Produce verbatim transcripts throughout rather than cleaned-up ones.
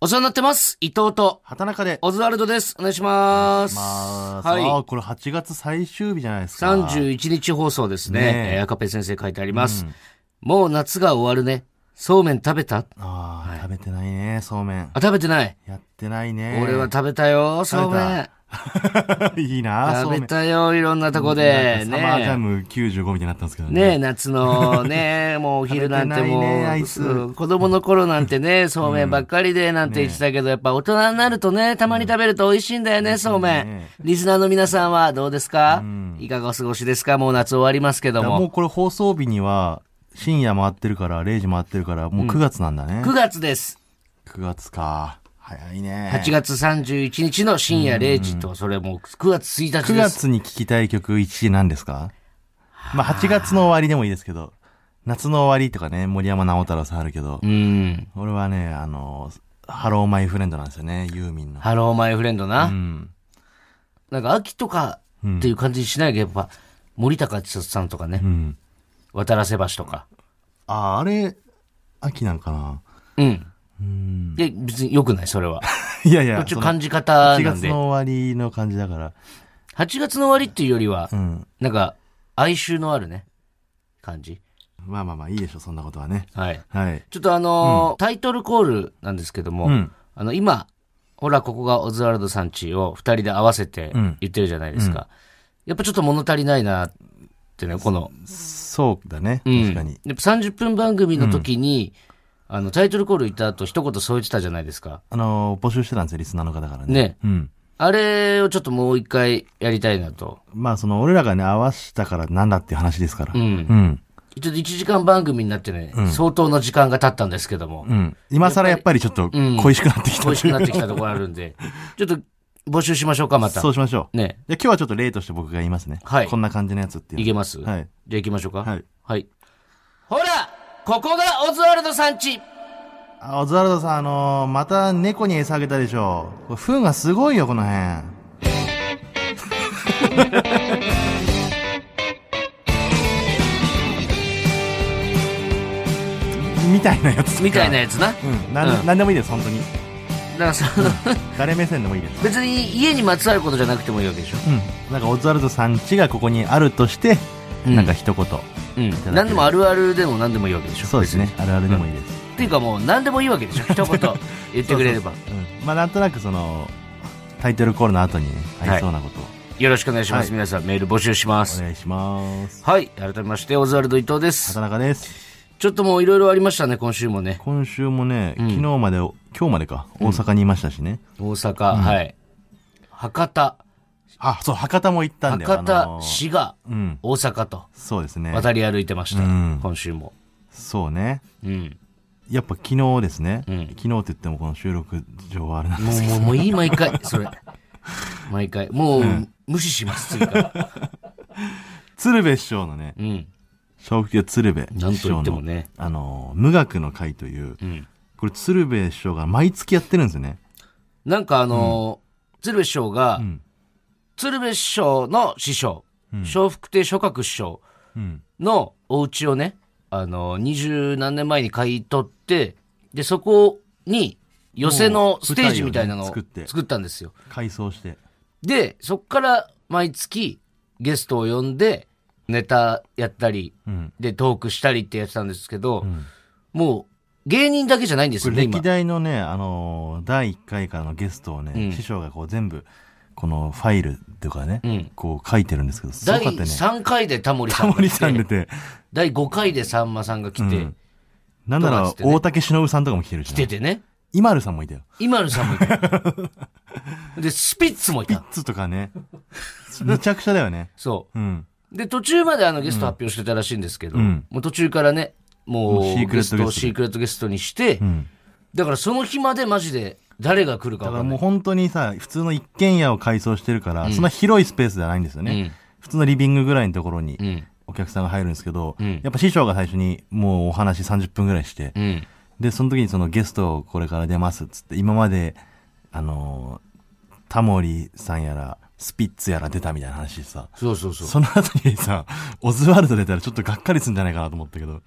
お世話になってます。伊藤と畑中でオズワルドです。お願いします。 はい。あ、これはちがつ最終日じゃないですか。 さんじゅういちにち放送ですね。ねえー、赤ペン先生書いてあります、うん。もう夏が終わるね。そうめん食べた？ ああ、はい、食べてないね、そうめん。 あ、食べてない。 やってないね。 俺は食べたよ、そうめん。 いいな、 食べたよ、いろんなとこで。 サマージャムきゅうじゅうごみたいになったんですけどね。ね、夏のね、もうお昼なんてもう、ね、アイス子供の頃なんてね、そうめんばっかりでなんて言ってたけど、ね、やっぱ大人になるとね、たまに食べると美味しいんだよね、うん、そうめん。ね、リスナーの皆さんはどうですか、うん、いかがお過ごしですか？もう夏終わりますけども。 もうこれ放送日には、深夜回ってるから、れいじ回ってるから、もうくがつなんだね。 うん、くがつです。 くがつか。早いね。 はちがつさんじゅういちにちの深夜れいじと、それもうくがつついたちです。 くがつに聴きたい曲いちい何ですか？まあはちがつの終わりでもいいですけど、夏の終わりとかね、森山直太朗さんあるけど、うん、俺はね、あの、ハローマイフレンドなんですよね、ユーミンの。 ハローマイフレンドな。うん、なんか秋とかっていう感じにしないけど、やっぱ森高千里さんとかね、うん、渡良瀬橋とか。 ああ、あれ、秋なんかな。 うん。うん、で、別に良くないそれは。 いやいや。 途中感じ方なんで。 はちがつの終わりの感じだから。 はちがつの終わりっていうよりは、うん、なんか、哀愁のあるね、感じ。 まあまあまあいいでしょ、そんなことはね。 はい。 はい。 ちょっとあのーうん、タイトルコールなんですけども、うん、あの、今、ほら、ここがオズワルドさんちを二人で合わせて言ってるじゃないですか。うん、やっぱちょっと物足りないなってね、この。 そうだね、確かに。 やっぱさんじゅっぷん番組の時に、あの、タイトルコール言った後、一言添えてたじゃないですか。 あの、募集してたんですよ、リスナーの方からね。 ね。うん。あれをちょっともう一回やりたいなと。 まあ、その、俺らがね、合わせたからなんだっていう話ですから。うん。うん。 ちょっといちじかん番組になってね、うん、相当の時間が経ったんですけども。 うん。今更やっぱりちょっと恋しくなってきた、うん、 恋しくなってきたところあるんで、ちょっと募集しましょうか、また。 そうしましょう。 ね。 で、今日はちょっと例として僕が言いますね。はい。こんな感じのやつっていう。 いけます？ はい。 じゃあ行きましょうか。 はい。 はい。ほら、ここがオズワルドさんち。 オズワルドさん、あのー、また猫に餌あげたでしょ。糞がすごいよ、この辺。みたいなやつ。 みたいなやつな。 うん。なん、うん、なんでもいいです、本当に。 だからその、うん、 誰目線でもいいです。 別に家にまつわることじゃなくてもいいわけでしょ。 うん。なんかオズワルドさんちがここにあるとして、うん、なんか一言。 うん。何でもあるあるでも何でもいいわけでしょ。 そうですね。あるあるでもいいです。 っていうかもう何でもいいわけでしょ。一言言ってくれれば。 そうそうそう、うん、まあなんとなくそのタイトルコールの後にね、合いそうなことを、はい、 よろしくお願いします、はい、皆さんメール募集します。 お願いします。 はい、改めましてオズワルド伊藤です。 畑中です。 ちょっともういろいろありましたね、今週もね。 今週もね、うん、昨日まで今日までか大阪にいましたしね、 うん、大阪、うん、はい、博多、 あ、そう、博多も行ったんだよ。 博多、滋賀、うん、大阪とそうですね、 渡り歩いてました、うん、今週も。 そうね、うん、やっぱ昨日ですね、うん、昨日って言ってもこの収録上はあれなんですけど、 もうもうもういい、毎回それ毎回もう、うん、無視します、次から鶴瓶師匠のね、うん、笑福亭鶴瓶師匠の、ね、あの無学の会という、うん、これ鶴瓶師匠が毎月やってるんですよね。 なんかあのーうん、鶴瓶師匠が、うん、鶴瓶師匠の師匠、うん、笑福亭松鶴師匠のお家をね、あの二十何年前に買い取って、でそこに寄席のステージみたいなのを作ったんですよ。 改装して、 でそっから毎月ゲストを呼んでネタやったり、うん、でトークしたりってやってたんですけど、うん、もう芸人だけじゃないんですよね。 歴代のね、あのー、だいいっかいからのゲストをね、うん、師匠がこう全部このファイルっていうかね、うん、こう書いてるんですけど、すごかったね。 だいさんかいでタモリさんが来て、タモリさん出て、だいごかいでさんまさんが来て、うん、 なんなら、ね、大竹しのぶさんとかも来てるじゃん。 来ててね。 イマルさんもいたよ。 イマルさんもいた。で、スピッツもいた。 スピッツとかね。むちゃくちゃだよね。 そう。うん。で、途中まであのゲスト発表してたらしいんですけど、うん、もう途中からね、もうシークレットゲスト、シークレットゲストにして、うん、だからその日までマジで誰が来るか分かんない。だからもう本当にさ、普通の一軒家を改装してるから、うん、そんな広いスペースじゃないんですよね。うん、普通のリビングぐらいのところにお客さんが入るんですけど、うん、やっぱ師匠が最初にもうお話さんじゅっぷんぐらいして、うん、で、その時にそのゲストこれから出ますっつって、今まで、あのー、タモリさんやら、スピッツやら出たみたいな話でさ。 そうそうそう。 その後にさ、オズワルド出たらちょっとがっかりするんじゃないかなと思ったけど。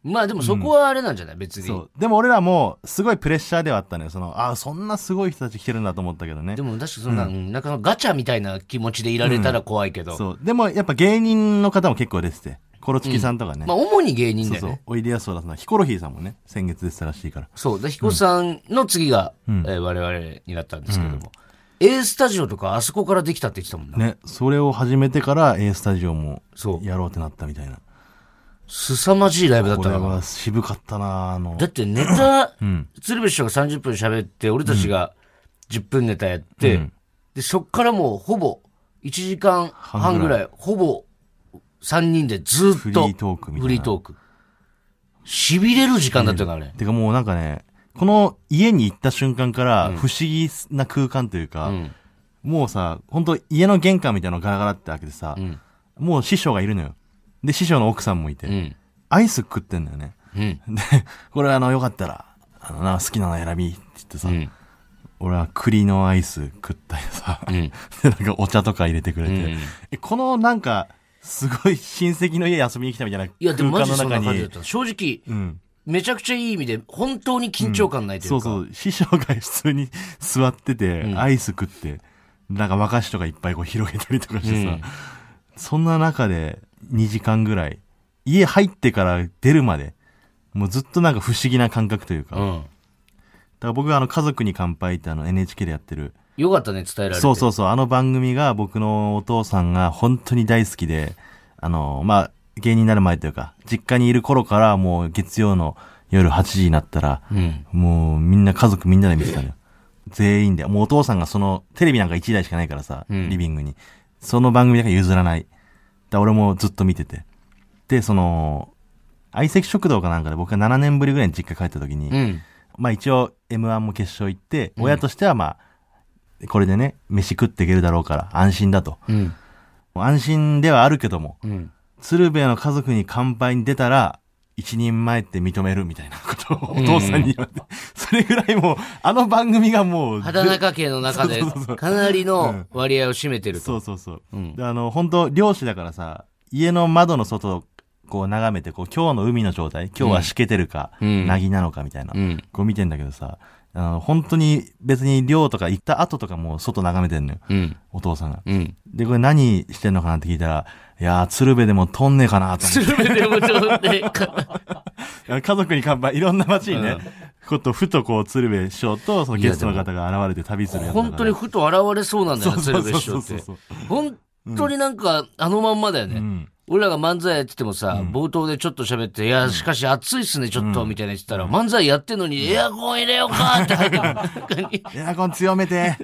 まあでもそこはあれなんじゃない、うん、別に。 そう。でも俺らもすごいプレッシャーではあったのよ。その、ああ、そんなすごい人たち来てるんだと思ったけどね。 でも確かそんな、うん、なんかガチャみたいな気持ちでいられたら怖いけど。うん、 そう。でもやっぱ芸人の方も結構出てて。コロチキさんとかね。 うん、まあ主に芸人だよね。 そうそう。おいでやす小田さん、ヒコロヒーさんもね、先月出てたらしいから。 そう。で、ヒコさんの次が、うん、えー、我々になったんですけども。うん、A スタジオとかあそこからできたって言ってたもんね。 ね。それを始めてから A スタジオもやろうってなったみたいな。 凄まじいライブだったな。 これは渋かったなあの。 だってネタ、うん、鶴瓶師匠がさんじゅっぷん喋って、俺たちがじゅっぷんネタやって、うん、で、そっからもうほぼいちじかんはんぐらい、ほぼさんにんでずっとフリートークみたいな。 フリートーク。痺れる時間だったからね。 てかもうなんかね、この家に行った瞬間から不思議な空間というか、うん、もうさ、本当家の玄関みたいなのガラガラって開けてさ、うん、もう師匠がいるのよ。で、師匠の奥さんもいて、うん、アイス食ってんだよね。うん、で、これあの、よかったら、あのな、好きなの選びって言ってさ、うん、俺は栗のアイス食ったりさ、うん、で、なんかお茶とか入れてくれて、うん、えこのなんか、すごい親戚の家遊びに来たみたいな空間の中に。いや、でもマジそんな感じだった。 正直、うん、めちゃくちゃいい意味で、本当に緊張感ないというか。 うん、そうそう、師匠が普通に座ってて、うん、アイス食って、なんか和菓子とかいっぱいこう広げたりとかしてさ、うん、そんな中でにじかんぐらい、家入ってから出るまで、もうずっとなんか不思議な感覚というか。うん、だから僕があの家族に乾杯ってあの エヌエイチケー でやってる。 よかったね、伝えられて。 そうそうそう、あの番組が僕のお父さんが本当に大好きで、あの、まあ、芸人になる前というか、実家にいる頃からもう月曜の夜はちじになったら、うん、もうみんな家族みんなで見てたのよ。全員で。もうお父さんがその、テレビなんかいちだいしかないからさ、うん、リビングに。その番組だけ譲らない。だ俺もずっと見てて。で、その、相席食堂かなんかで僕がななねんぶりぐらいに実家帰った時に、うん、まあ一応 エムワン も決勝行って、うん、親としてはまあ、これでね、飯食っていけるだろうから安心だと。うん、安心ではあるけども、うん、鶴瓶の家族に乾杯に出たら、一人前って認めるみたいなことをお父さんに言われて、うん、それぐらいもう、あの番組がもう、 畑中家の中でかなりの割合を占めてると。 そうそうそう。うん、であの、本当漁師だからさ、家の窓の外をこう眺めて、こう今日の海の状態、今日はしけてるか、うん、なぎなのかみたいな、うん、こう見てんだけどさ、あの、本当に別に漁とか行った後とかも外眺めてんのよ。うん、お父さんが、うん。で、これ何してんのかなって聞いたら、いやー、鶴瓶でも飛んねえかなと思って。 鶴瓶でも飛んねえかな。家族に乾杯、いろんな街にね、うん、ことふとこう鶴瓶師匠とそのゲストの方が現れて旅するやつだから。 本当にふと現れそうなんだよね、鶴瓶師匠って。本当になんか、あのまんまだよね。うん、俺らが漫才やっててもさ、うん、冒頭でちょっと喋って、いや、しかし暑いっすね、ちょっと、みたいな言ってたら、うん、漫才やってんのに、エアコン入れようかって入ってくる。 エアコン強めて。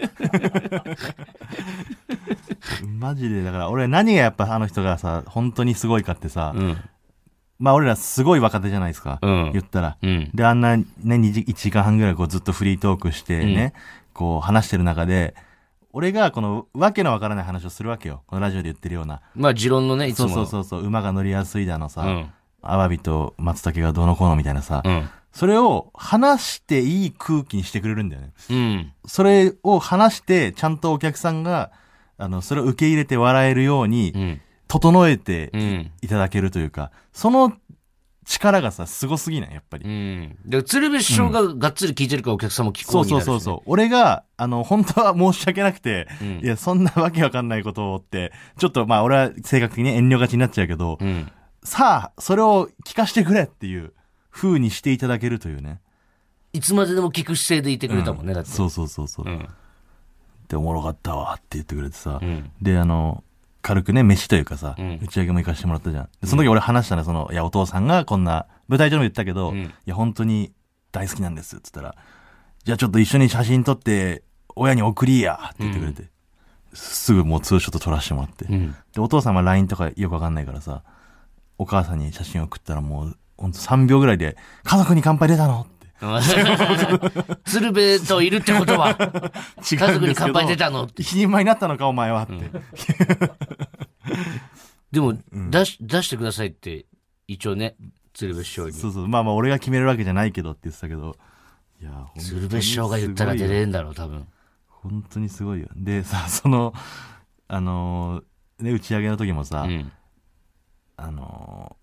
マジで、だから俺何がやっぱあの人がさ、本当にすごいかってさ、うん、まあ俺らすごい若手じゃないですか。うん、言ったら、うん。で、あんなね、いちじかんはんぐらいこうずっとフリートークしてね、こう話してる中で、俺がこのわけのわからない話をするわけよ。このラジオで言ってるような。 まあ持論のね、いつも。 そうそうそう、馬が乗りやすいだのさ、うん、アワビと松茸がどうのこうのみたいなさ、うん、それを話していい空気にしてくれるんだよね。うん。それを話して、ちゃんとお客さんが、あの、それを受け入れて笑えるように、うん、整えていただけるというか、その力がさ、すごすぎないやっぱり。うん。 で、鶴瓶師匠ががっつり聞いてるからお客さんも聞こうになるし、ね、 そうそうそうそう。俺が、あの、本当は申し訳なくて、うん、いや、そんなわけわかんないことをって、ちょっとまあ、俺は性格的に遠慮がちになっちゃうけど、うん、さあ、それを聞かしてくれっていう風にしていただけるというね。 いつまででも聞く姿勢でいてくれたもんね、うん、だって。 そうそうそうそう。うん、で、おもろかったわって言ってくれてさ、うん、で、あの、軽くね、飯というかさ、うん、打ち上げも行かしてもらったじゃん。でその時俺話したの、その、いや、お父さんがこんな、舞台上でも言ったけど、うん、いや、本当に大好きなんです、つったら、じゃあちょっと一緒に写真撮って、親に送りや、って言ってくれて、うん、すぐもうツーショット撮らせてもらって、うん、で、お父さんは ライン とかよくわかんないからさ、お母さんに写真を送ったらもう、ほんとさんびょうぐらいで、家族に乾杯出たの鶴瓶といるってことは家族に乾杯出たのって一人前になったのかお前はって、うん、 でも、うん、出し出してくださいって一応ね鶴瓶師匠にそうそうまあまあ俺が決めるわけじゃないけどって言ってたけどいや鶴瓶師匠が言ったら出れんだろう多分本当にすごいよでさそのあのー、ね打ち上げの時もさ、うん、あのー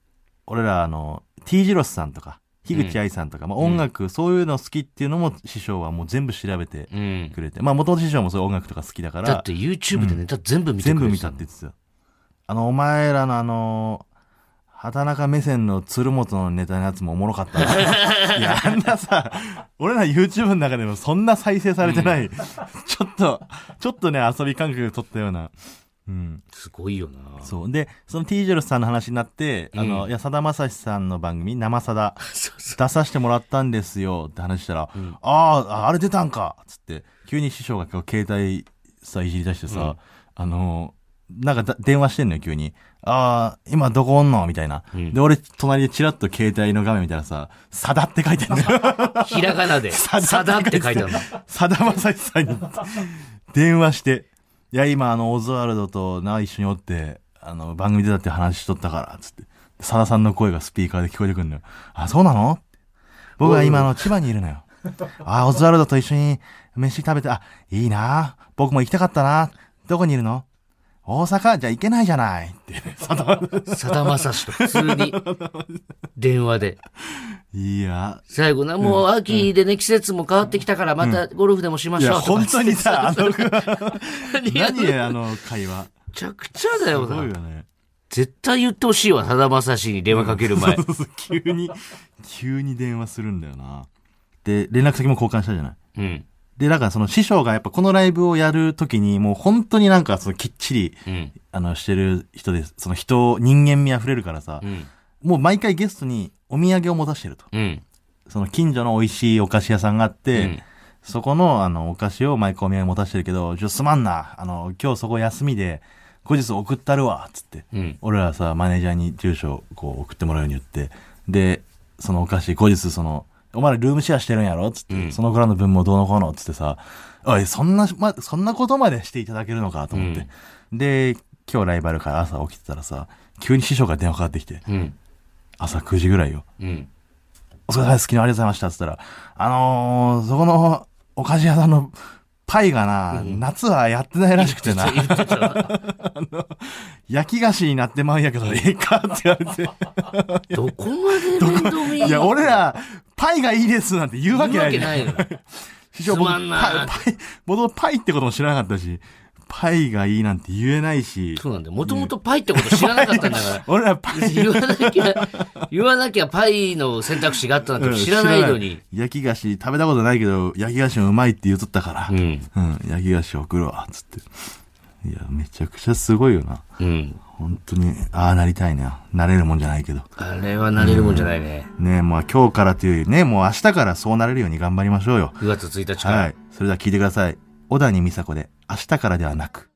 俺らあの T ジロスさんとか樋口愛さんとか、まあ、音楽、うん、そういうの好きっていうのも師匠はもう全部調べてくれて、うん、まあ元々師匠もそういう音楽とか好きだからだって YouTube でネタ全部見てくれて、 うん、全部見たって言ってたよ。あのお前らのあの畑中目線の鶴本のネタのやつもおもろかったな。いやあんなさ俺ら YouTube の中でもそんな再生されてない、うん、ちょっとちょっとね遊び感覚で撮ったような、うん、 すごいよな。そうでその T ジェルスさんの話になって、うん、あのいやさだまさしさんの番組生さだ出させてもらったんですよって話したら、うん、あああれ出たんかっつって急に師匠が今日携帯さいじり出してさ、うん、あのなんか電話してんのよ急に。ああ今どこおんのみたいな、うん、で俺隣でチラッと携帯の画面見たらささだって書いてんのよ。 ひらがなでさだって書いてあるの。 さだまさしさんに電話していや今あのオズワルドとな一緒におってあの番組出たって話しとったからつってさださんの声がスピーカーで聞こえてくるのよ。あそうなの僕は今あの千葉にいるのよ。あオズワルドと一緒に飯食べてあいいな僕も行きたかったなどこにいるの大阪じゃ行けないじゃないってさだまさしと普通に電話でいや最後なもう秋でね、うん、季節も変わってきたからまたゴルフでもしましょう、うん、 いや本当にさあの何あの会話めちゃくちゃだよな。 すごいよね。 絶対言ってほしいわさだまさしに電話かける前、 うん、そうそうそう急に急に電話するんだよな。で連絡先も交換したじゃない。うんで、だからその師匠がやっぱこのライブをやるときにもう本当になんかそのきっちり、うん、あのしてる人で、その人、人間味あふれるからさ、うん、もう毎回ゲストにお土産を持たしてると。うん、その近所の美味しいお菓子屋さんがあって、うん、そこのあのお菓子を毎回お土産持たしてるけど、ちょ、すまんな、あの、今日そこ休みで、後日送ったるわ、つって、うん。俺らさ、マネージャーに住所をこう送ってもらうように言って、で、そのお菓子、後日その、お前らルームシェアしてるんやろつって、うん、その子らの分もどうのこうのつってさ、おい、そんな、ま、そんなことまでしていただけるのかと思って、うん。で、今日ライバルから朝起きてたらさ、急に師匠から電話かかってきて、うん、朝くじぐらいよ。うん、お疲れ様です、昨日ありがとうございました。つったら、あのー、そこのお菓子屋さんのパイがな、うん、夏はやってないらしくてな。あの焼き菓子になってまうんやけど、ええかって言われて。 どこまで面倒見いいの？ いや、俺ら、パイがいいですなんて言うわけない。 言うわけないの。 師匠、僕、パイ、パイ、元々パイってことも知らなかったし、パイがいいなんて言えないし。 そうなんだよ。もともとパイってこと知らなかったんだから。 俺らパイ。 言わなきゃ、言わなきゃパイの選択肢があったなんて知らないのに。 うん、焼き菓子食べたことないけど、焼き菓子もうまいって言うとったから。うん。うん。焼き菓子送るわ、つって。いや、めちゃくちゃすごいよな。うん。本当に、ああなりたいね。なれるもんじゃないけど。 あれはなれるもんじゃないね。 うん、ねまあ今日からというよりね、もう明日からそうなれるように頑張りましょうよ。 くがつついたちから。はい。 それでは聞いてください。小谷美佐子で、明日からではなく。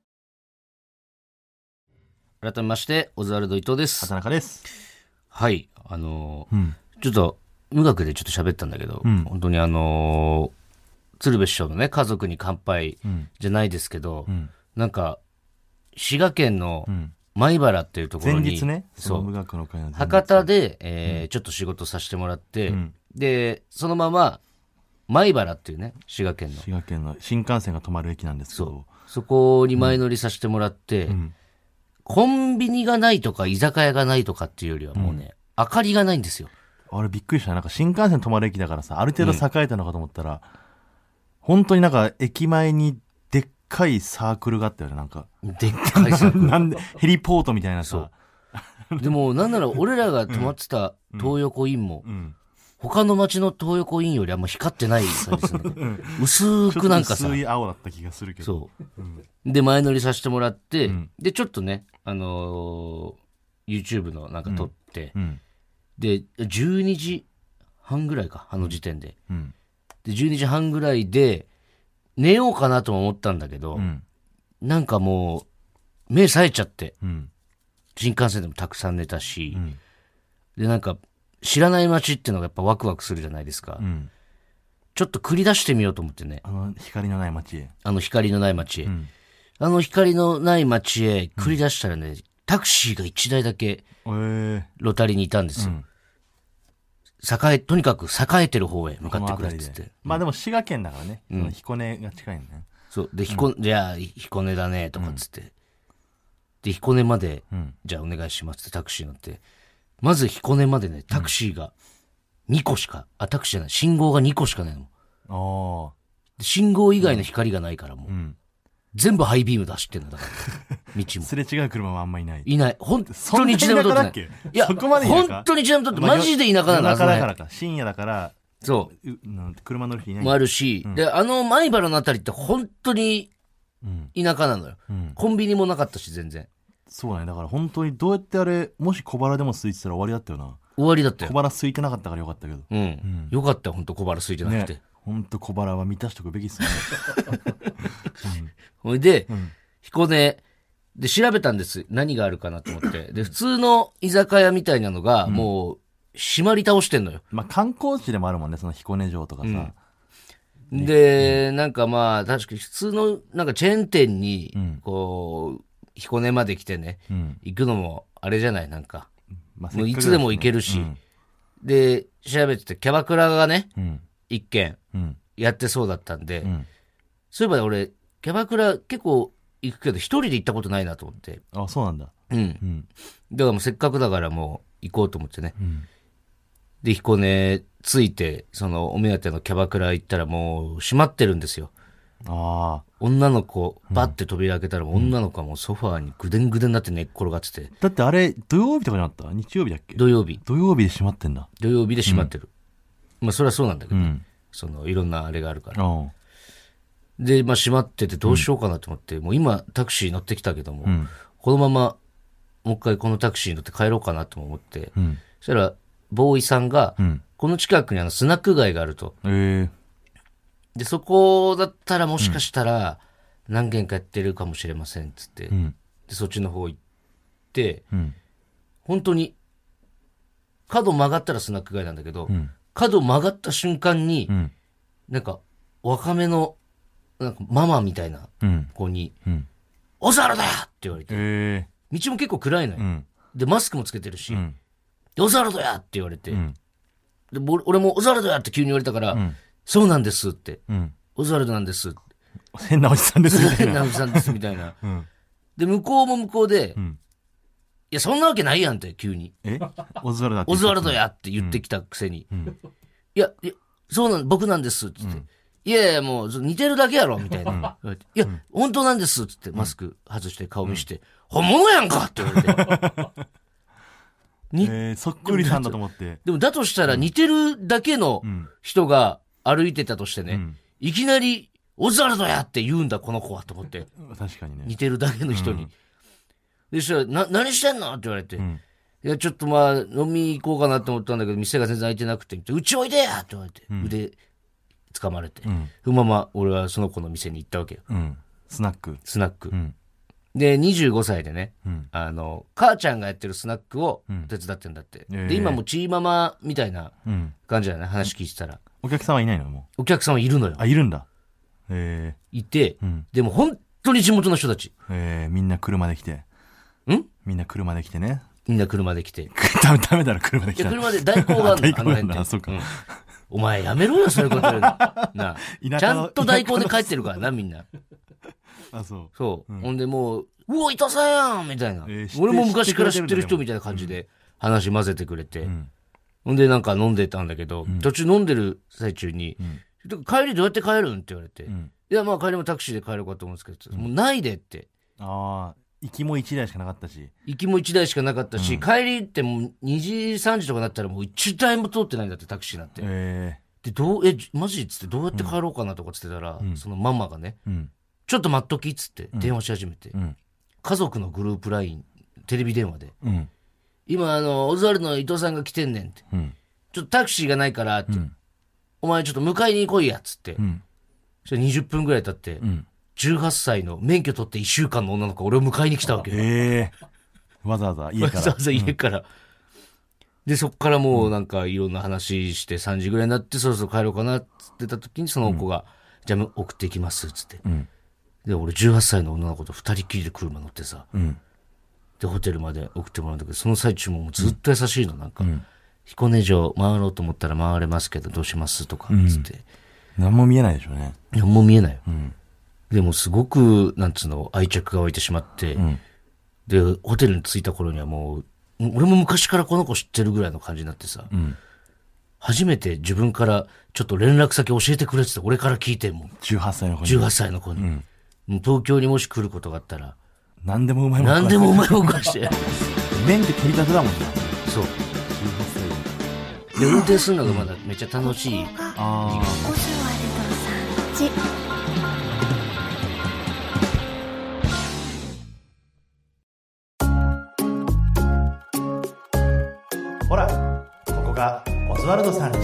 改めまして、オズワルド伊藤です。 畑中です。 はい。あのーうん、ちょっと、無学でちょっと喋ったんだけど、うん、本当にあのー、鶴瓶師匠のね、家族に乾杯じゃないですけど、うん、なんか、滋賀県の米原っていうところに、 前日ね、その無学の会の前日博多で、えーうん、ちょっと仕事させてもらって、うん、で、そのまま、米原っていうね、滋賀県の。 滋賀県の新幹線が止まる駅なんですけど、 そう。そこに前乗りさせてもらって、うんコンビニがないとか居酒屋がないとかっていうよりはもうね、うん、明かりがないんですよ。 あれびっくりした。なんか新幹線止まる駅だからさ、ある程度栄えたのかと思ったら、うん、本当になんか駅前にでっかいサークルがあったよね、なんか。 でっかいサークルなんで、ヘリポートみたいなさ。 でもなんなら俺らが泊まってた東横インも、うんうん、他の街の東横インよりあんま光ってない感じするんだけど、うん、薄くなんかさ。 薄い青だった気がするけど。 そう。うんで、前乗りさせてもらって、うん、で、ちょっとね、あのー、YouTube のなんか撮って、うん、で、じゅうにじはんぐらいか、あの時点で。うん、で、じゅうにじはんぐらいで、寝ようかなとも思ったんだけど、うん、なんかもう、目冴えちゃって、うん、新幹線でもたくさん寝たし、うん、で、なんか、知らない街っていうのがやっぱワクワクするじゃないですか。うんちょっと繰り出してみようと思ってね。 あの光のない街へ。 あの光のない街へ。うんあの光のない街へ繰り出したらね、うん、タクシーがいちだいだけロタリにいたんですよ、うん、栄えとにかく栄えてる方へ向かってくれってって、 まあでも滋賀県だからね、うん、その彦根が近いんだね。 そうで彦、うん、じゃあ彦根だねとかっつって、うん、で彦根まで、うん、じゃあお願いしますってタクシー乗ってまず彦根までね、タクシーがにこしか、あ、タクシーじゃない、信号がにこしかないの。 ああ。 信号以外の光がないからもう、 うん。 全部ハイビームで走ってんのだから。道も。 すれ違う車もあんまいない。 いない。本当に一台も通ってない。いや、 そこまで本当に一台も通ってない。マジで田舎なんだ。 田舎だからか。深夜だから、 そう。 う車乗る人いない。 もあるし、うん、で、あの米原のあたりって本当に田舎なのよ、うん。コンビニもなかったし、全然。 そうだね。だから本当にどうやってあれ、もし小腹でも空いてたら終わりだったよな。 終わりだったよ。 小腹空いてなかったからよかったけど。 うん。うん、よかったよ、本当小腹空いてなくて。 ね、本当小腹は満たしとくべきっすね。 ほ、うん、いで、うん、彦根で調べたんです。何があるかなと思って。で、普通の居酒屋みたいなのが、もう、閉まり倒してんのよ。 まあ、観光地でもあるもんね、その彦根城とかさ。 うん、で、うん、なんかまあ、確かに普通の、なんかチェーン店に、こう、彦根まで来てね、うん、行くのも、あれじゃない、なんか。まあ、もういつでも行けるし。うん、で、調べてて、キャバクラがね、うん、一軒、やってそうだったんで、うん、そういえば俺、キャバクラ結構行くけど、一人で行ったことないなと思って。 あ、そうなんだ。 うん。うん、だからもうせっかくだからもう行こうと思ってね。うん、で、彦根着いて、そのお目当てのキャバクラ行ったらもう閉まってるんですよ。 ああ。 女の子、バッて扉開けたら、女の子はもうソファーにぐでんぐでんになって寝っ転がってて。 だってあれ、土曜日とかにあった日曜日だっけ土曜日。 土曜日で閉まってんだ。 土曜日で閉まってる。うん、まあそれはそうなんだけど、うん、そのいろんなあれがあるから。で、まあ閉まっててどうしようかなと思って、うん、もう今タクシー乗ってきたけども、うん、このままもう一回このタクシーに乗って帰ろうかなと思って、うん、そしたら、ボーイさんが、うん、この近くにあのスナック街があると。 へー。 で、そこだったらもしかしたら何軒かやってるかもしれませんっつって、うん、でそっちの方行って、うん、本当に角曲がったらスナック街なんだけど、うん、角曲がった瞬間に、うん、なんか若めのなんかママみたいな子に、うん、お猿だよって言われて、 へー、道も結構暗いのよ、うん、でマスクもつけてるし、うん、でお猿だよって言われて、うん、で俺もお猿だよって急に言われたから、うん、そうなんですって、うん、オズワルドなんです。 変なおじさんですみたいな。 変なおじさんですみたいな。うん、で、向こうも向こうで、うん、いや、そんなわけないやんって、急に。 えオズワルドオズワルドやって言ってきたくせに。うん、いや、いや、そうなん、僕なんですって言って。うん、いやいや、もう、似てるだけやろみたいな。うん、いや、うん、本当なんですってマスク外して顔見して、うん、本物やんかって言われて。 にえー、そっくりなんだと思って。 でも、だとしたら似てるだけの人が歩いてたとしてね、うん、いきなり、オズワルドやって言うんだ、この子は、と思って。 確かにね。 似てるだけの人に。うん、で、そしたら、な、何してんのって言われて。うん、いや、ちょっとまあ、飲み行こうかなと思ったんだけど、店が全然開いてなくて、うちおいでやって言われて、うん、腕、掴まれて。うん、そのまま、俺はその子の店に行ったわけよ。 うん、スナック。 スナック。うん、で、にじゅうごさいでね、うん、あの、母ちゃんがやってるスナックを手伝ってんだって。うん、で、今もチーママみたいな感じだね、話聞いてたら。 お客さんはいないのもう。お客さんはいるのよ。 あ、いるんだ。へえ。いて、うん、でも本当に地元の人たち。 へえ、みんな車で来て。 んみんな車で来てね。 みんな車で来て。 ダメ、ダメだろ、車で来た。 いや、車で代行があるの。 代行なんだ、そうか、うん。 お前やめろよ、そういうこと言うの。なあ。ちゃんと代行で帰ってるからな、みんな。 あ、そう。 そう。うん、ほんでもう、うお、伊藤さんやんみたいな、えー。俺も昔から知ってる人みたいな感じで話混ぜてくれて。うん、ほんでなんか飲んでたんだけど、うん、途中飲んでる最中に、うん、帰りどうやって帰るんって言われて、うん、いやまあ帰りもタクシーで帰ろうかと思うんですけど、うん、もうないでって。 ああ、行きも一台しかなかったし。 行きも一台しかなかったし、うん、帰りってもうにじ、さんじとかなったらもう一台も通ってないんだってタクシーなんて。 えー、で、どう、え、マジっつってどうやって帰ろうかなとかつってたら、うん、そのママがね、うん、ちょっと待っときっつって電話し始めて、うん、家族のグループライン、テレビ電話で、うん、今あの、オズワルドの伊藤さんが来てんねんって。うんちょっとタクシーがないからって、うん、お前ちょっと迎えに来いやっつって、うん、そしたらにじゅっぷんぐらい経って、うん、じゅうはっさいの免許取っていっしゅうかんの女の子が俺を迎えに来たわけよ。 へー、わざわざ家から。 わざわざ家から。うん、で、そっからもうなんかいろんな話してさんじぐらいになってそろそろ帰ろうかなっつってた時にその子が、うん、じゃあ送っていきますっつって、うん。で、俺じゅうはっさいの女の子と二人きりで車乗ってさ、うん、で、ホテルまで送ってもらうんだけど、その最中もずっと優しいの、なんか。うん彦根城回ろうと思ったら回れますけどどうしますとかつって、 うん、何も見えないでしょうね。 何も見えないよ、うん、でもすごくなんつうの愛着が湧いてしまって、うん、でホテルに着いた頃にはもう俺も昔からこの子知ってるぐらいの感じになってさ、うん、初めて自分からちょっと連絡先教えてくれって俺から聞いてもじゅうはっさいの子にじゅうはっさいの子に、うん、東京にもし来ることがあったら何でもうまいもん何でもうまいもん食わして免許取り立てだもんね。 そう。で運転するのがまだめっちゃ楽しい。ああ。 ほら、ここがオズワルドさんち。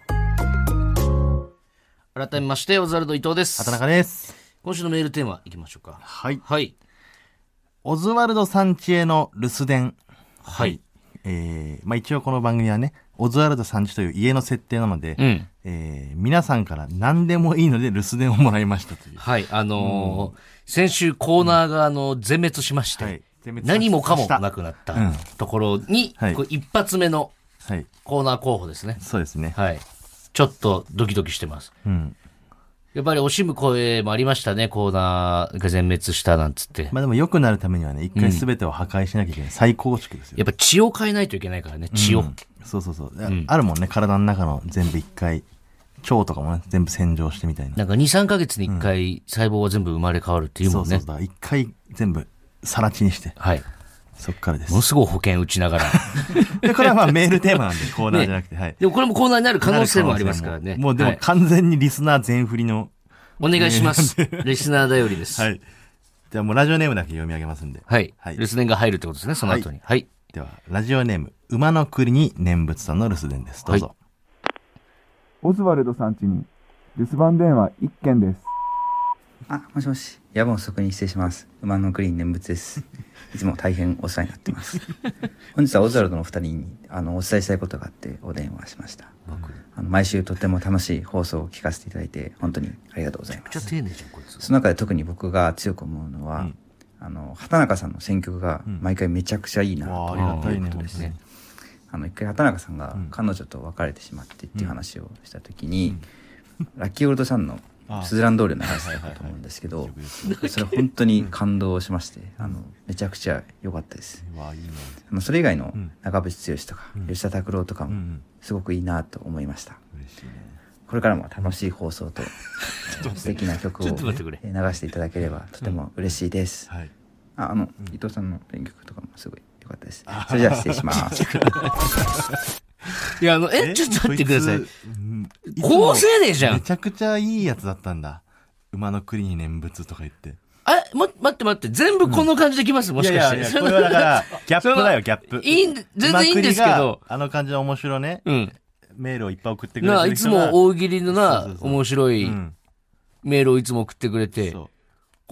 改めましてオズワルド伊藤です。 畑中です。 今週のメールテーマいきましょうか。 はい。 はい。 オズワルドさんちへの留守電。 はい。 えー、まあ一応この番組はね、オズワルドさんちという家の設定なので、うん、えー、皆さんから何でもいいので留守電をもらいましたという。 はい。あのーうん、先週コーナーがあの全滅しまして、はい、何もかもなくなったところに、うん、これ一発目のコーナー候補ですね。 そうですね。 はい。ちょっとドキドキしてます。うん。やっぱり惜しむ声もありましたね、コーナーが全滅したなんつって。 まあでも良くなるためにはね、一回全てを破壊しなきゃいけない。うん、再構築ですよ。 やっぱ血を変えないといけないからね、血を。うん、 そうそうそう、うん。あるもんね、体の中の全部一回、腸とかもね、全部洗浄してみたいな。 なんかに、さんかげつに一回、細胞は全部生まれ変わるっていうもんね。 そうそうそう。一回全部、さら地にして。 はい。 そっからです。 ものすごい保険打ちながら。 で、これはまあメールテーマなんで、コーナーじゃなくて、ね、はい。 でもこれもコーナーになる可能性もありますからね。 もうでも完全にリスナー全振りの、 お願いします。リスナー頼りです。 はい。じゃあもうラジオネームだけ読み上げますんで。 はい。はい。留守電が入るってことですね、その後に。はい。はい、 では、ラジオネーム、馬の栗に念仏さんの留守電です。どうぞ。はい、 オズワルドさん家に留守番電話一件です。 あ、もしもし。夜分遅くに失礼します。馬の栗に念仏です。いつも大変お世話になっています。本日はオズワルドのお二人にあのお伝えしたいことがあってお電話しました。あの毎週とても楽しい放送を聞かせていただいて本当にありがとうございます。 めっちゃ丁寧じゃんこいつ。 その中で特に僕が強く思うのは、うん、あの畑中さんの選曲が毎回めちゃくちゃいいなということですね。あの一回畑中さんが彼女と別れてしまってっていう話をした時に、うん、ラッキーオールドさんのスズラン通りの話だったと思うんですけど、それ本当に感動しまして、あのめちゃくちゃ良かったです。あのそれ以外の長渕剛とか吉田拓郎とかもすごくいいなと思いました。これからも楽しい放送と素敵な曲を流していただければとても嬉しいです。ああの伊藤さんの編曲とかもすごい良かったです。それじゃあ失礼します。 いや、あの、え、ちょっと待ってください。高青年じゃん。 めちゃくちゃいいやつだったんだ。馬の栗に念仏とか言って。 あ、ま、待って待って、全部この感じできます、うん、もしかして。 いやいやいや、これはだから、ギャップだよ、ギャップ。 いいん、全然いいんですけど。 あの感じの面白ね。うん。メールをいっぱい送ってくれてるな、いつも大喜利のな、そうそうそう面白いメールをいつも送ってくれて。そう。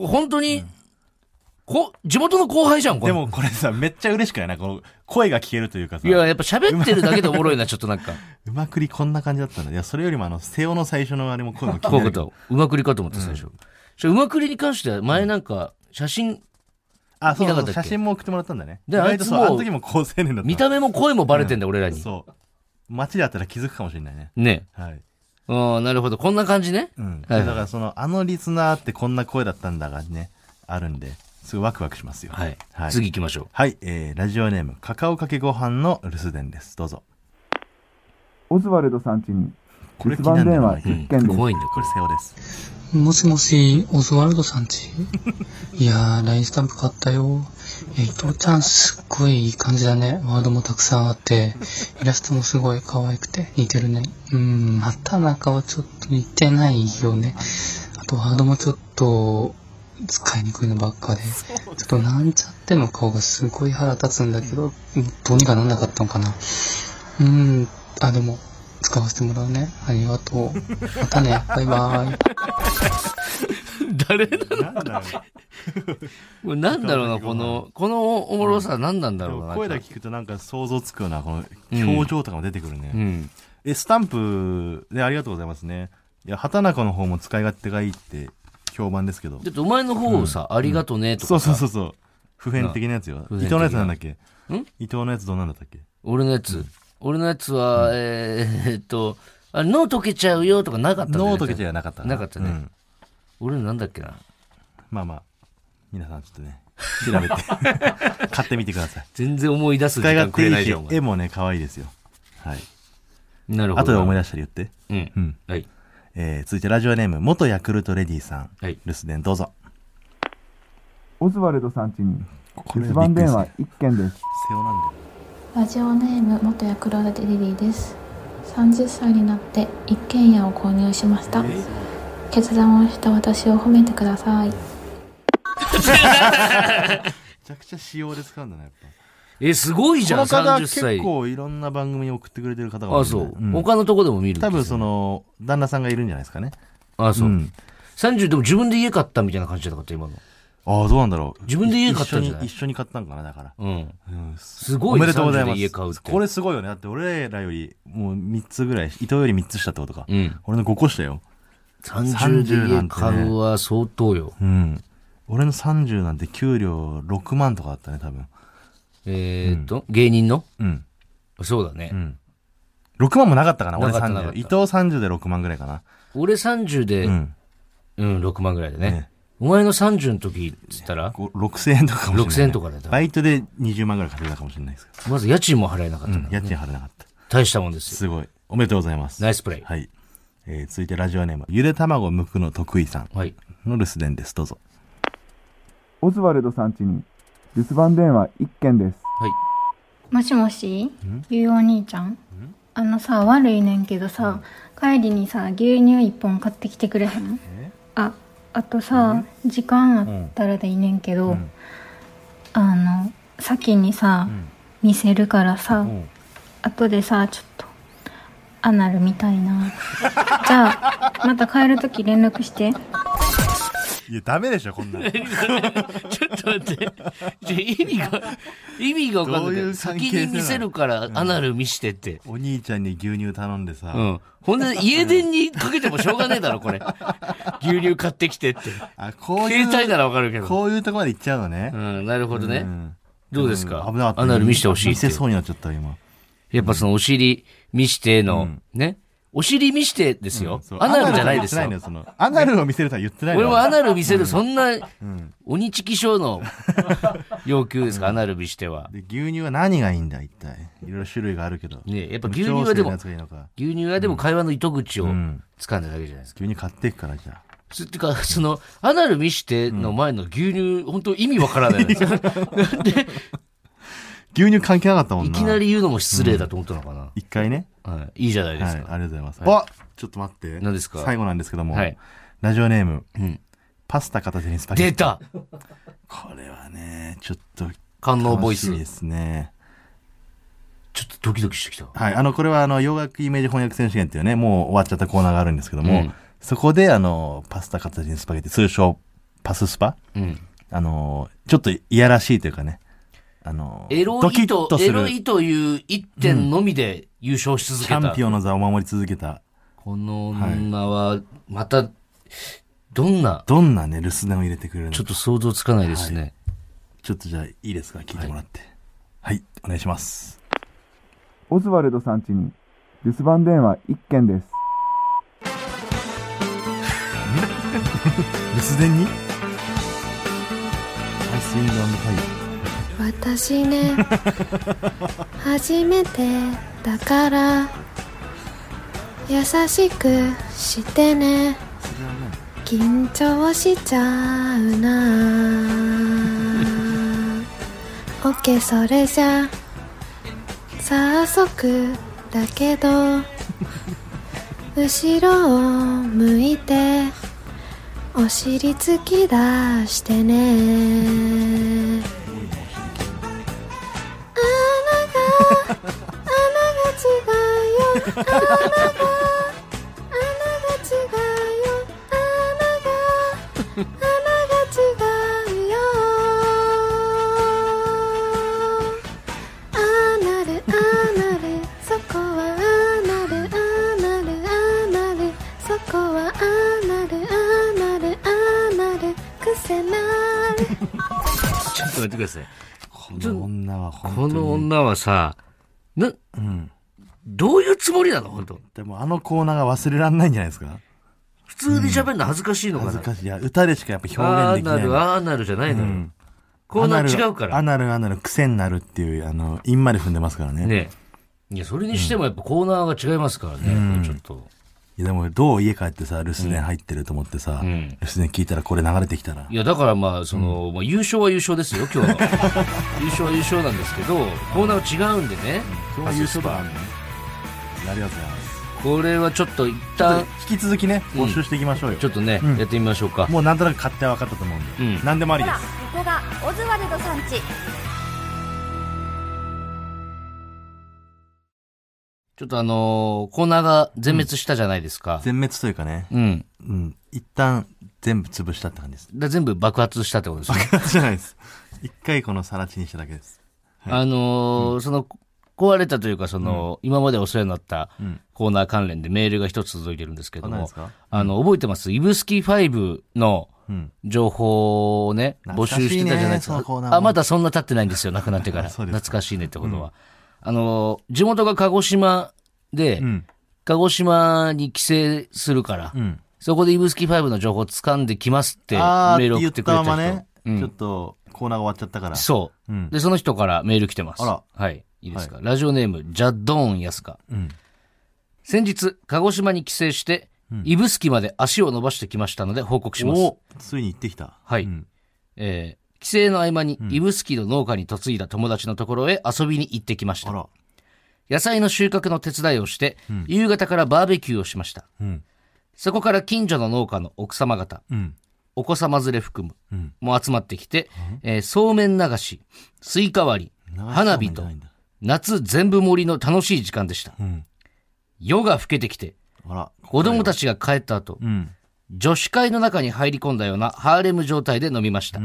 本当に、うんこ、地元の後輩じゃん、これ。でもこれさ、めっちゃ嬉しくないな、この声が聞けるというかさ。 いや、やっぱ喋ってるだけでおもろいな、ちょっとなんか。 うまくりこんな感じだったんだ。いや、それよりもあの、瀬尾の最初のあれも声も聞ける。 こういうこと。うまくりかと思って最初。うん、うまくりに関しては、前なんか、写真、 あ、そうそう、写真も送ってもらったんだね。 で、あいつも、 あの時も高青年だった。 見た目も声もバレてんだ、うん、俺らに。 そう。街で会ったら気づくかもしれないね。 ね。 はい。 ああ、なるほど。こんな感じね。 うん。はい、だからその、あのリスナーってこんな声だったんだがね、あるんで。すごいワクワクしますよ。 はい。はい、次行きましょう。 はい。えー、ラジオネーム、カカオかけご飯の留守電です。どうぞ。 オズワルドさん家に留守番電話一件です。 怖いんだよ。 これ瀬尾です。 もしもし、オズワルドさん家いやー、ラインスタンプ買ったよ。え、伊藤ちゃんすっごいいい感じだね。ワードもたくさんあって、イラストもすごい可愛くて似てるね。うーん、畑中はちょっと似てないよね。あとワードもちょっと、使いにくいのばっかで、ちょっとなんちゃっての顔がすごい腹立つんだけど、どうにかなんなかったのかな。うーん、あ、でも、使わせてもらうね。ありがとう。またね、バイバーイ。 誰なのかこれなんだろうな、この、このおもろさ何なんだろうな。 声だけ聞くとなんか想像つくような、この表情とかも出てくるね。うんうん、え、スタンプでありがとうございますね。いや、畑中の方も使い勝手がいいって、評判ですけど。 だってお前の方をさ、うん、ありがとねとか、 うん、そうそうそうそう。普遍的なやつよ。伊藤のやつなんだっけ？ん？伊藤のやつどうなんだったっけ？ 俺のやつ。うん、俺のやつは、うん、えー、っと、あれ、脳溶けちゃうよとかなかったんだよね。 脳溶けちゃうなかったな。 なかったね。うん、俺のなんだっけな。 まあまあ、皆さんちょっとね、 調べて買ってみてください。 全然思い出す時間くれないじゃん。 絵もね可愛いですよ。はい。 なるほど。 後で思い出したら言って。 うん。うん。はい。 えー、続いてラジオネーム元ヤクルトレディさん。はい。留守電どうぞ。 オズワルドさん家に留守番電話一件です。 瀬尾なんだよ。 ラジオネーム元ヤクルトレディです。さんじゅっさいになって一軒家を購入しました。決断をした私を褒めてください。めちゃくちゃ仕様で使うんだね、やっぱ。 え、すごいじゃん、さんじゅっさい。 結構いろんな番組に送ってくれてる方が多い、ね。 あ、そう、うん。他のとこでも見る。 多分その、旦那さんがいるんじゃないですかね。 あ、そう。うん、さんじゅうでも自分で家買ったみたいな感じじゃなかった、今の。 ああ、どうなんだろう。 自分で家買ったんじゃない？ 一緒に、一緒に買ったんかな、だから。うん。うん、 すごい。 おめでとうございます。 家買うって。 これすごいよね。だって俺らより、もうみっつぐらい、伊藤よりみっつ下ってことか。うん。俺のごこ下よ。 さんじゅうで家買うは相当よ。 うん。俺のさんじゅうなんて給料ろくまんとかだったね、多分。 えーっと、うん、芸人の？うん。そうだね。 うん。ろくまんもなかったかな、俺さんじゅう。伊藤さんじゅうでろくまんぐらいかな。 俺さんじゅうで、うん、うん、ろくまんぐらいでね。ね、お前のさんじゅうの時って言ったらろくせんえんとかかもしれない。 ろくせんえんとかだった。 バイトでにじゅうまんぐらい稼いだかもしれないですけど。 まず家賃も払えなかった、うん。 家賃払えなかった。 大したもんですよ。 すごい。おめでとうございます。 ナイスプレイ。 はい。えー、続いてラジオネーム、ゆで卵を剥くの得意さん。はい。の留守電です。どうぞ。 オズワルドさん家に留守番電話一件です。はい。 もしもし、ゆうお兄ちゃん。あのさ、悪いねんけどさ、帰りにさ、牛乳一本買ってきてくれへん？あ、あとさ、時間あったらでいいねんけど、うん、あの、先にさ、うん、見せるからさ、うん、後でさ、ちょっと、アナルみたいな。じゃあ、また帰るとき連絡して。 いや、ダメでしょ、こんなの。ちょっと待って。意味が、意味が分かんないけど、先に見せるからアナル見してって、 うん。お兄ちゃんに牛乳頼んでさ。うん。ほんで、家電にかけてもしょうがねえだろ、これ。牛乳買ってきてって。あ、こういう。携帯なら分かるけど。 こういうとこまで行っちゃうのね。 うん、なるほどね。うん、どうですか、 うん、危なかった。 アナル見してほしいって。 見せそうになっちゃった、今。 やっぱそのお尻見しての、うん、ね。お尻見してですよ。うん、アナルじゃないですよ。 アナルそのアナルを見せるとは言ってないの。 俺もアナル見せる、そんな、うん、鬼チキショーの要求ですか、うん、アナル見しては。 で、牛乳は何がいいんだ、一体。いろいろ種類があるけど。 ね、やっぱ牛乳はでも、牛乳はでも会話の糸口を掴んだだけじゃないですか。 牛乳買っていくから、じゃあ。 つってか、その、アナル見しての前の牛乳、本当意味わからないですよ。なんで、 牛乳関係なかったもんな。 いきなり言うのも失礼だと思ったのかな。 一、うん、回ね。 はい。いいじゃないですか。 はい、ありがとうございます。はい、あ、ちょっと待って。 何ですか？ 最後なんですけども。はい。ラジオネーム。うん。パスタ片手にスパゲッティ。 出た！ これはね、ちょっと。 官能ボイス。 ですね。 ちょっとドキドキしてきた。 はい。あの、これはあの、洋楽イメージ翻訳選手権っていうね、もう終わっちゃったコーナーがあるんですけども、うん、そこであの、パスタ片手にスパゲッティ、通称パススパ。うん。あの、ちょっといやらしいというかね。あの、 エロいと、エロいという一点のみで優勝し続けた。 うん、チャンピオンの座を守り続けた。 この女は、また、どんな、 どんなね、留守電を入れてくれるのか。 ちょっと想像つかないですね。はい、 ちょっとじゃあ、いいですか、聞いてもらって。はい、はい、お願いします。 オズワルドさん家に留守番電話一件です。 留守電に？アイスインド&ファイヤー。 私ね初めてだから優しくしてね、緊張しちゃうなオッケーそれじゃ早速だけど後ろを向いてお尻突き出してね、穴が違うよ、穴が穴が違うよ、穴が穴が違うよ、アナルアナルそこはアナルアナルアナルそこはアナルアナルアナル癖なるちょっと待ってください。 この女は本当にこの女はさな、うん、どういうつもりなの本当。 でもあのコーナーが忘れられないんじゃないですか。 普通に喋るの恥ずかしいのかな、うん、 恥ずかしい。いや歌でしかやっぱ表現できない。 あーなるあーなるじゃないのよ、うん、 コーナー違うから。 アナルアナル癖になるっていう、あの、韻まで踏んでますからね。 ね。いや、それにしてもやっぱコーナーが違いますからね。うん、ちょっと。 いや、でも、どう家帰ってさ、留守電入ってると思ってさ、うん、留守電聞いたらこれ流れてきたら。 いや、だからまあ、その、うん、まあ、優勝は優勝ですよ、今日は。優勝は優勝なんですけど、コーナーは違うんでね。 今日は優勝だからね。やるやつやな。 これはちょっと一旦引き続きね募集していきましょうよ、 うん、ちょっとね、うん、やってみましょうか。 もうなんとなく勝手は分かったと思うんで、うん、何でもありです。 ここがオズワルドさんち。 ちょっとあのー、コーナーが全滅したじゃないですか、 うん、全滅というかね、 うん、 うん、一旦全部潰したって感じです。 だ全部爆発したってことですね。 爆発じゃないです。一回このさら地にしただけです、 はい、あのーうん、その壊れたというか、その、うん、今までお世話になったコーナー関連でメールが一つ届いてるんですけども、あの、覚えてます？イブスキーファイブの情報をね、うん、募集してたじゃないですか。あ、まだそんな経ってないんですよ、亡くなってから。懐かしいねってことは。うん、あの、地元が鹿児島で、うん、鹿児島に帰省するから、うん、そこでイブスキーファイブの情報を掴んできますってメールを送ってくれた人。 ねうん、ちょっとコーナーが終わっちゃったから。 そう。うん、で、その人からメール来てます。 あら。 はい。いいですか、はい、ラジオネーム、ジャッドーンヤスカ。うん、先日、鹿児島に帰省して、うん、指宿まで足を伸ばしてきましたので報告します。おついに行ってきた。 はい。うんえー、帰省の合間に、指宿の農家に嫁いだ友達のところへ遊びに行ってきました。あら野菜の収穫の手伝いをして、うん、夕方からバーベキューをしました。うん、そこから近所の農家の奥様方、うん、お子様連れ含む、うん、も集まってきて、うんえー、そうめん流し、スイカ割り、花火と、夏全部盛りの楽しい時間でした。うん、夜が更けてきて、あら子供たちが帰った後、うん、女子会の中に入り込んだようなハーレム状態で飲みました。うん、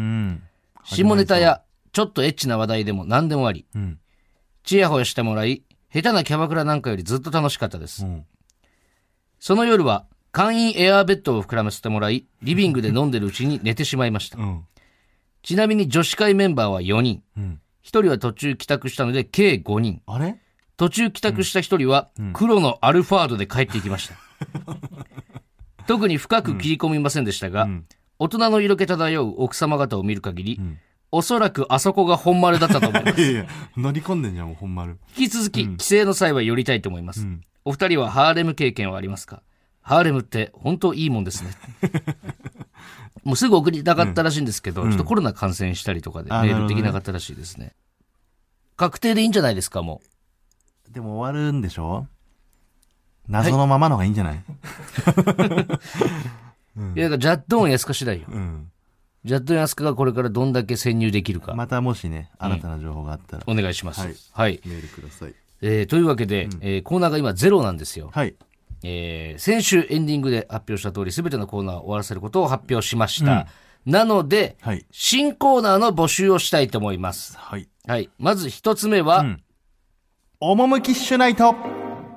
下ネタやちょっとエッチな話題でも何でもあり、うん、ちやほやしてもらい、下手なキャバクラなんかよりずっと楽しかったです。うん、その夜は簡易エアーベッドを膨らませてもらい、リビングで飲んでるうちに寝てしまいました。うん、ちなみに女子会メンバーはよにん。うん一人は途中帰宅したので計ごにん。 あれ途中帰宅した一人は黒のアルファードで帰っていきました。うん、特に深く切り込みませんでしたが、うん、大人の色気漂う奥様方を見る限り、うん、おそらくあそこが本丸だったと思います。いやいや乗り込んでんじゃんもう本丸。 引き続き、うん、帰省の際は寄りたいと思います。うん、お二人はハーレム経験はありますか？ハーレムって本当いいもんですね。もうすぐ送りたかったらしいんですけど、うん、ちょっとコロナ感染したりとかでメールできなかったらしいですね。確定でいいんじゃないですか、もう。でも終わるんでしょ？謎のままの方がいいんじゃない、 うん、いや、ジャッドーン安か次第よ。うん、ジャッドーン安かがこれからどんだけ潜入できるか。 またもしね、新たな情報があったら。 うん、お願いします。はい。 はい、メールください。 えー、というわけで、うんえー、コーナーが今ゼロなんですよ。はい。えー、先週エンディングで発表した通り、すべてのコーナーを終わらせることを発表しました。うん、なので、はい、新コーナーの募集をしたいと思います。はい。はい。まず一つ目は、うん、 趣ッシュナイト。もう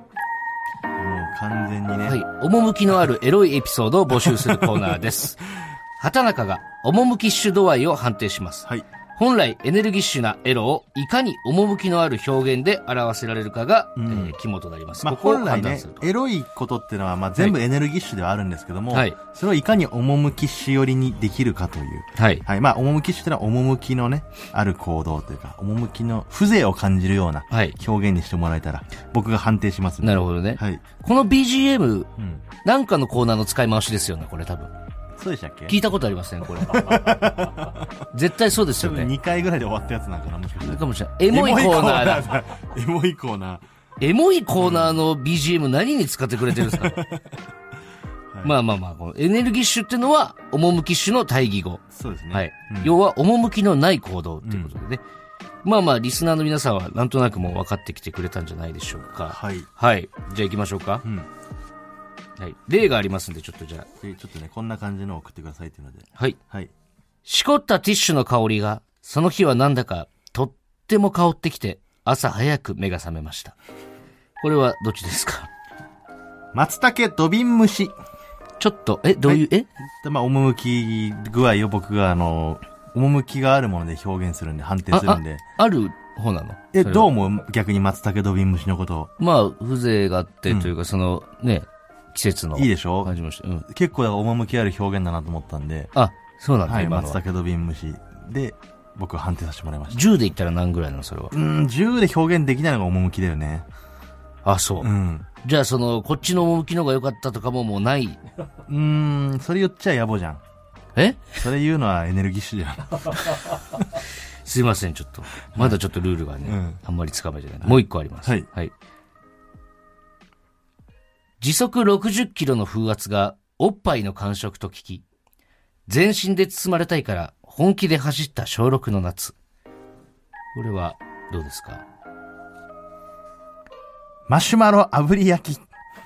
完全にね。 はい。趣のあるエロいエピソードを募集するコーナーです。畑中が趣ッシュ度合いを判定します。はい。本来エネルギッシュなエロをいかに趣のある表現で表せられるかが、うんえー、肝となります。 まあ、 ここを本来ね、エロいことっていうのは、まあ、全部エネルギッシュではあるんですけども、はい、それをいかに趣ッシュ寄りにできるかという。はい。はい。まあ、趣ッシュっていうのは趣のね、ある行動というか、趣の風情を感じるような表現にしてもらえたら、僕が判定します、 ね。なるほどね。はい。この ビージーエム、うん、なんかのコーナーの使い回しですよね、これ多分。 そうでしたっけ？ 聞いたことありません、これ。絶対そうですよね。 にかいぐらいで終わったやつなんかな、もしかしたら。 かもしれない。エモいコーナーだ。 エモいコーナー。 エモいコーナーの ビージーエム 何に使ってくれてるんですか、はい、まあまあまあ、このエネルギッシュっていうのは、趣ッシュの対義語。 そうですね。 はい。うん、要は、趣のない行動っていうことでね。うん、まあまあ、リスナーの皆さんはなんとなくもう分かってきてくれたんじゃないでしょうか。はい。はい。じゃあ行きましょうか。うんはい。例がありますんで、ちょっとじゃあ。 ちょっとね、こんな感じのを送ってくださいっていうので。 はい。はい。しこったティッシュの香りが、その日はなんだか、とっても香ってきて、朝早く目が覚めました。これはどっちですか？ 松茸土瓶蒸し。 ちょっと、え、どういう、はい、 えまあ、趣具合を僕が、あの、趣があるもので表現するんで、判定するんで。 あ、あ、ある方なの？ え、どう思う？逆に松茸土瓶蒸しのことを。 まあ、風情があってというか、うん、その、ね、季節のいいでしょ？ 感じもして、うん、 結構趣ある表現だなと思ったんで。 あ、そうなんだ、 はい、松茸土瓶蒸しで僕は判定させてもらいました。 じゅうで言ったら何ぐらいなのそれは。 うん、じゅうで表現できないのが趣だよね。 あ、そう。うん。じゃあその、こっちの趣の方が良かったとかももうない。 うーん、それ言っちゃ野暮じゃん。 えそれ言うのはエネルギッシュじゃん。 すいません、ちょっと。まだちょっとルールがね、うん、あんまりつかめてない。もう一個あります。はい。はい。時速ろくじゅっキロの風圧がおっぱいの感触と聞き、全身で包まれたいから本気で走った小ろくの夏。これはどうですか？ マシュマロ炙り焼き。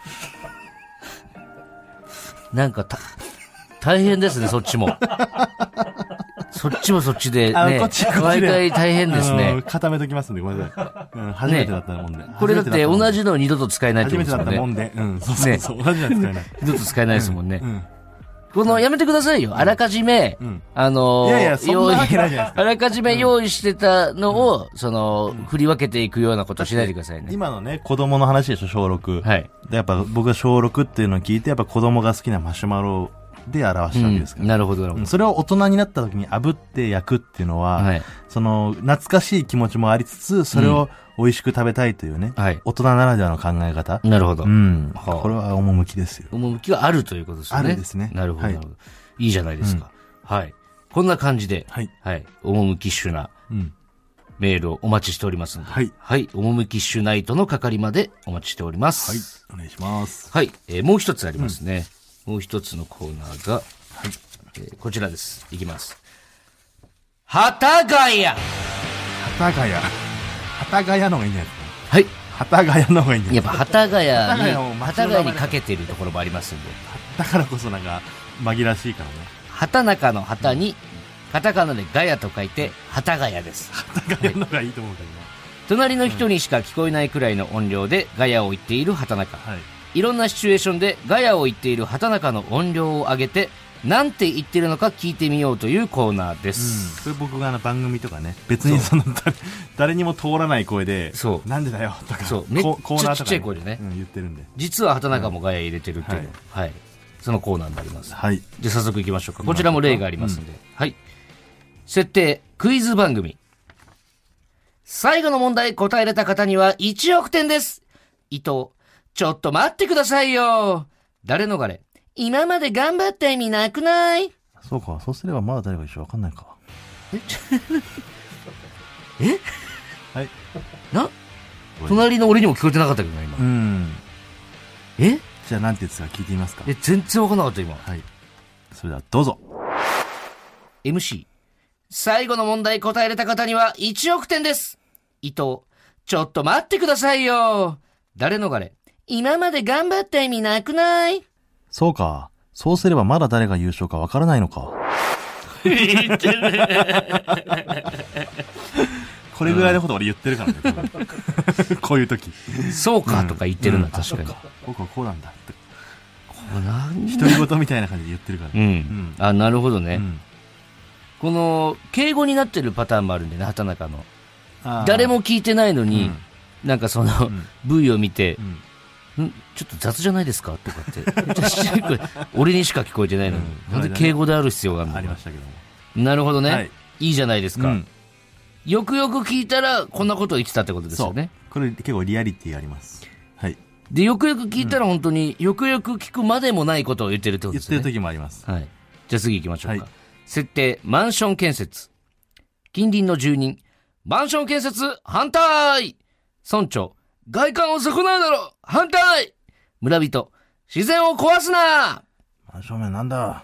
なんかた、大変ですね、そっちも。そっちもそっちでね、毎回大変ですね。 固めときますんで、ごめんなさい。うん、初めてだったもんで。 これだって同じの二度と使えないってことですよね。 初めてだったもんで。うん、そうそうそう。同じの使えない。 二度と使えないですもんね。この、やめてくださいよ。あらかじめ、あの、いやいや、そんなわけないじゃないですか。あらかじめ用意してたのを、その、振り分けていくようなことしないでくださいね。 今のね、子供の話でしょ、小ろく。はい。で、やっぱ僕が小ろくっていうのを聞いて、やっぱ子供が好きなマシュマロで表したわけですから。 なるほど、なるほど。 それを大人になった時に炙って焼くっていうのは、その、懐かしい気持ちもありつつ、それを美味しく食べたいというね、大人ならではの考え方。 なるほど。うん。 これは趣ですよ。 趣があるということですよね。 あるですね。 なるほど、なるほど。いいじゃないですか。はい。こんな感じで、はい。はい。趣っしゅなメールをお待ちしておりますので、はい。はい。趣っしゅナイトの係までお待ちしております。 はい。お願いします。 はい。えー、もう一つありますね。もう一つのコーナーが、はい。えー、こちらです。いきます。幡ヶ谷。幡ヶ谷。幡ヶ谷の方がいいんじゃないですか。 はい。 幡ヶ谷の方がいいんじゃないですか。 やっぱ幡ヶ谷に、幡ヶ谷にかけてるところもありますんで。 だからこそなんか、紛らわしいからね。 畑中の畑に、カタカナでガヤと書いて、幡ヶ谷です。 幡ヶ谷の方がいいと思うけどね。 隣の人にしか聞こえないくらいの音量でガヤを言っている畑中。はい。いろんなシチュエーションでガヤを言っている畑中の音量を上げて、なんて言ってるのか聞いてみようというコーナーです。 うん、それ僕があの番組とかね、別にその誰、誰にも通らない声で、そう。なんでだよとか、 そう。めっちゃちっちゃい声でね。 うん、言ってるんで。 実は畑中もガヤ入れてるっていうの、うん、はい。はいそのコーナーになります。 はい。 じゃあ早速行きましょうか。こちらも例がありますんで。うん、はい。設定、クイズ番組。最後の問題答えれた方にはいちおくてんです。伊藤、ちょっと待ってくださいよ。誰逃れ。今まで頑張った意味なくない？ そうか。そうすればまだ誰が一緒わかんないか。 ええはい。な隣の俺にも聞こえてなかったけどな、今。うん。えじゃあ何て言ってたか聞いてみますか。 え、全然わかんなかった今。 はい。それではどうぞ。 エムシー。最後の問題答えれた方にはいちおくてんです。伊藤、ちょっと待ってくださいよ。誰逃れ。今まで頑張った意味なくない？ そうか。そうすればまだ誰が優勝かわからないのか。 言ってるね。 これぐらいのこと俺言ってるからね。こういう時。 そうかとか言ってるんだ、うん、確かに。 僕はこうなんだって。 こうなんだ。独り言みたいな感じで言ってるから。 うん。うん、あ、なるほどね。うん、この、敬語になってるパターンもあるんでね、畑中の。誰も聞いてないのに、うん、なんかその、うん、ブイ を見て、うん、んちょっと雑じゃないですかとかって。俺にしか聞こえてないのに。うん、なんで敬語である必要があるのか。 ありましたけども。なるほどね。はい、いいじゃないですか。うんよくよく聞いたら、こんなことを言ってたってことですよね。 これ結構リアリティあります。はい。 で、よくよく聞いたら本当に、よくよく聞くまでもないことを言ってるってことですね。 言ってる時もあります。 はい。じゃあ次行きましょうか。はい、設定、マンション建設。近隣の住人、マンション建設、反対村長、外観を損なうだろ反対村人、自然を壊すなマンション名なんだ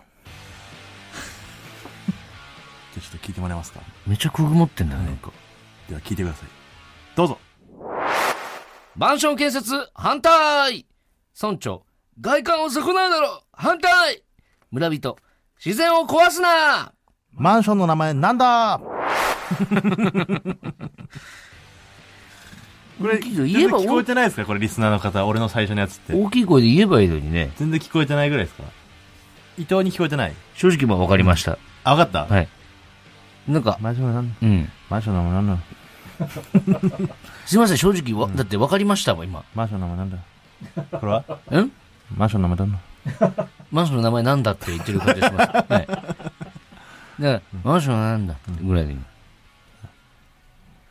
ちょっと聞いてもらえますか。 めっちゃくぐもってんだよ、はい、なんか。 では聞いてください。どうぞ。 マンション建設反対村長、外観を損なうだろ反対村人、自然を壊すなマンションの名前なんだこれ、言えば聞こえてないですかこれリスナーの方、俺の最初のやつって。 大きい声で言えばいいのにね。 全然聞こえてないぐらいですか。伊藤に聞こえてない。 正直まあ分かりました。うん、 あ、分かったはい。なんか、 マンションなんだ。うん。マンションの名前なんだ。 すいません、正直わ、うん、だって分かりましたもん、今。 マンションの名前なんだ。これはんマンションの名前なんだ。 マンションの名前なんだって言ってる感じがします。はい。だから、マンションなんだぐらいでいい。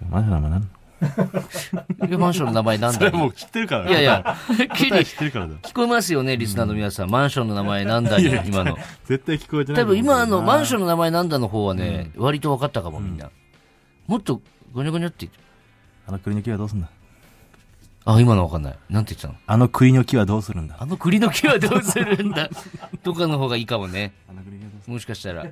マンションの名前なんだマンションの名前なんだそれもう知ってるから。 いやいや、 答え知ってるからだ。 聞こえますよね、リスナーの皆さん。マンションの名前なんだに、今の。 絶対聞こえてない。 多分今のマンションの名前なんだの方はね、うん、割と分かったかも、みんな。うん、もっと、ゴニョゴニョって言って。 あの栗の木はどうすんだ。 あ、今の分かんない。なんて言ってたの。 あの栗の木はどうするんだ。 あの栗の木はどうするんだ。とかの方がいいかもね。あの栗の木はどうするんだ。もしかしたら。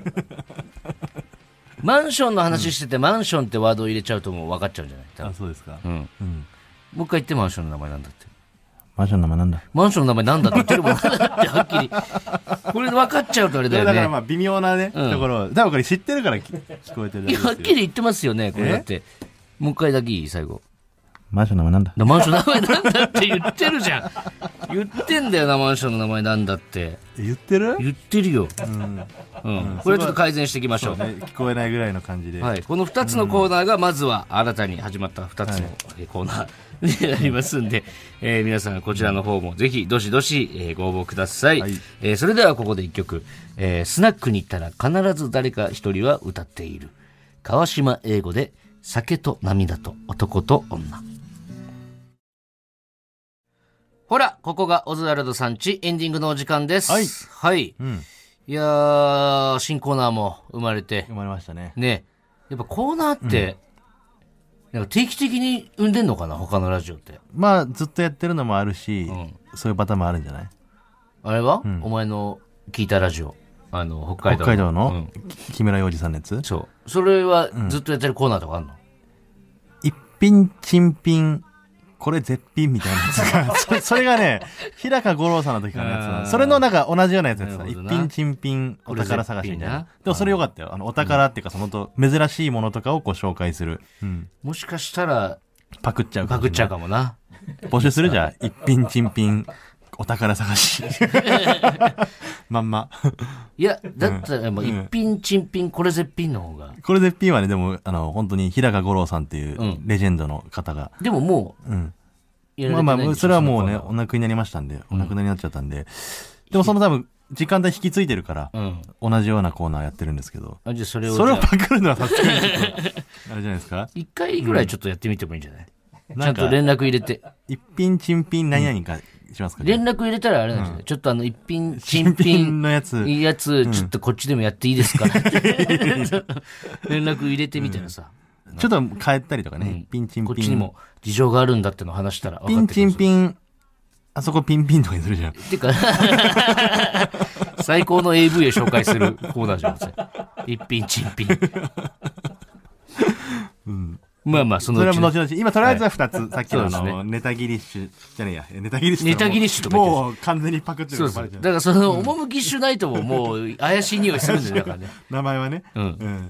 マンションの話してて、うん、マンションってワードを入れちゃうともう分かっちゃうんじゃない。 あ、そうですか。 うん。うん、もう一回言って、マンションの名前なんだって。 マンションの名前なんだ。 マンションの名前なんだって言ってるもん。だってはっきり。これで分かっちゃうとあれだよね。 だからまあ微妙なね、うん、ところ。多分これ知ってるから聞こえてる。 いや、はっきり言ってますよね、これだって。もう一回だけいい最後。 マンションの名前なんだ。 マンションの名前なんだって言ってるじゃん。言ってんだよな、マンションの名前なんだって。 言ってる？ 言ってるよ。うん。うん。これはちょっと改善していきましょう。 そうね、聞こえないぐらいの感じで。 はい。この二つのコーナーが、まずは新たに始まった二つのコーナーになりますんで、えー、皆さんこちらの方もぜひどしどし、えー、ご応募ください。はい、えー、それではここで一曲、えー、スナックに行ったら必ず誰か一人は歌っている。川島英語で、酒と涙と男と女。ほら、ここがオズワルドさんちエンディングのお時間です。 はい。 はい。うん、いやー、新コーナーも生まれて。 生まれましたね。 ね。やっぱコーナーって、うん、なんか定期的に生んでんのかな、他のラジオって。 まあ、ずっとやってるのもあるし、うん、そういうパターンもあるんじゃない？ あれは、うん、お前の聞いたラジオ。あの、北海道の。 北海道の、うん、木村洋二さんのやつ？ そう。それはずっとやってるコーナーとかあるの？ 一品珍品。これ絶品みたいなやつがそれ、それがね、日高五郎さんの時からのやつなの。それのなんか同じようなやつやつだ。一品珍品お宝探しみたいな。でもそれよかったよ。あの、お宝っていうかそのと、珍しいものとかをこう紹介する。 うん、もしかしたら、 パクっちゃうかも。パクっちゃうかもな。 募集するじゃん。一品珍品お宝探し。まんま。 いや、だったらもう一品珍品これ絶品の方が。 これ絶品はね、でも、あの、本当に日高五郎さんっていうレジェンドの方が。 でももう、うん。 まあまあ、それはもうね、お亡くなりになりましたんで、お亡くなりになっちゃったんで。でもその多分、時間帯引き継いでるから、同じようなコーナーやってるんですけど。 あ、じゃあそれを。 それをパクるのはさすがにちょっと、あれじゃないですか？ 一回ぐらいちょっとやってみてもいいんじゃない？ちゃんと連絡入れて。 一品珍品何々か。しますか？ 連絡入れたらあれなんじゃない、うん、ちょっとあの一品珍品のやついいやつ、うん、ちょっとこっちでもやっていいですか連絡入れてみたらさ、 うん、ちょっと変えたりとかね、うん、一品珍品こっちにも事情があるんだっての話したら一品珍品あそこピンピンとかにするじゃんてか最高の エーブイ を紹介するコーナーじゃん一品珍品うんまあまあ、そのうち。 それも後々。今、とりあえずは二つ。はい、さっきのあの、ネタギリッシュじゃねえや。ネタギリッシュ。 ネタギリッシュとかもう完全にパクってる。 そうそう。だからその、趣シュナイトももう、怪しい匂いするんだよ、だからね。 名前はね。 うん。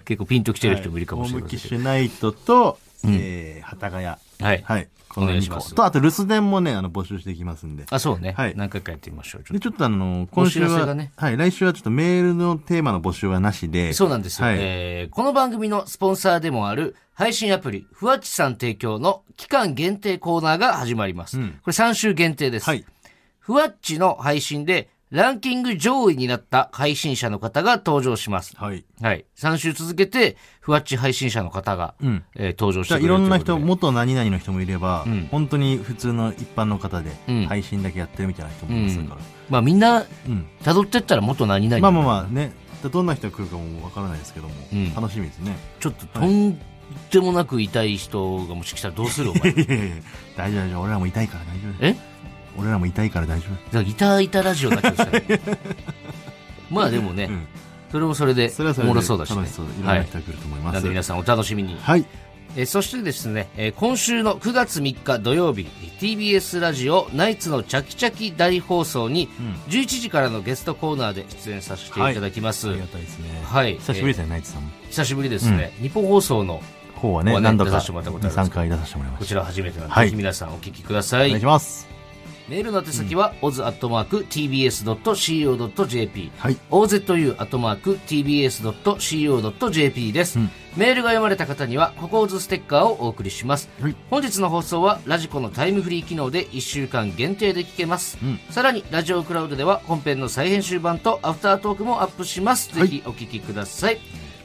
結構ピンと来てる人もいるかもしれない。 趣シュナイトと、えー、幡ヶ谷。はい。はい。 お願いします。 と、あと、留守電もね、あの、募集していきますんで。 あ、そうね。はい。何回かやってみましょう。 で、ちょっとあの、今週は、ね、はい、来週はちょっとメールのテーマの募集はなしで。 そうなんですよ。はい、えー、この番組のスポンサーでもある、配信アプリ、ふわっちさん提供の期間限定コーナーが始まります。うん、これさん週限定です。はい。ふわっちの配信で、ランキング上位になった配信者の方が登場します。はい。はい。さん週続けて、ふわっち配信者の方が、うんえー、登場してくれるということで。 いろんな人、元何々の人もいれば、うん、本当に普通の一般の方で、配信だけやってるみたいな人もいますから。うん、 まあみんな、辿ってったら元何々。 まあまあまあね、どんな人が来るかもわからないですけども、うん、楽しみですね。 ちょっととんでもなく痛い人がもし来たらどうするお前。 いやいやいや大丈夫大丈夫。俺らも痛いから大丈夫。え俺らも痛いから大丈夫。 だから痛い痛ラジオだけどさ。まあでもね、うん、それもそれでおもろそうだしね。 楽しそうでいろんな人が来ると思います。はい、 なので皆さんお楽しみに。 はい。 えー、そしてですね、えー、今週のくがつみっか土曜日 ティービーエス ラジオナイツのチャキチャキ大放送にじゅういちじからのゲストコーナーで出演させていただきます。 はい、ありがたいですね。 はい。 久しぶりですね、えー、ナイツさんも。 久しぶりですね。うん、日本放送の方はね、ね何度かに、さんかい出させてもらいました。 こちら初めてなので、はい、ぜひ皆さんお聞きください。 お願いします。 メールの宛先は、オズアットマークティービーエスドットシーオードットジェーピー、はい、オーゼットユーアットマークティービーエスドットシーオードットジェーピー です、うん。メールが読まれた方には、ココーズステッカーをお送りします。はい、本日の放送は、ラジコのタイムフリー機能でいっしゅうかん限定で聞けます。うん、さらに、ラジオクラウドでは、本編の再編集版とアフタートークもアップします。ぜひお聞きください。はい、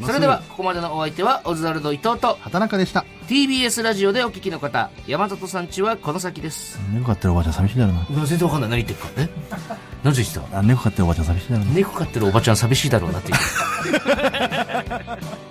それではここまでのお相手はオズワルド伊藤と畑中でした。 ティービーエス ラジオでお聞きの方、山里さんちはこの先です。 猫飼ってるおばちゃん寂しいだろうな。 全然わかんない、何言ってるか。え何で言ってた？ 猫飼ってるおばちゃん寂しいだろうな。 猫飼ってるおばちゃん寂しいだろうなって言って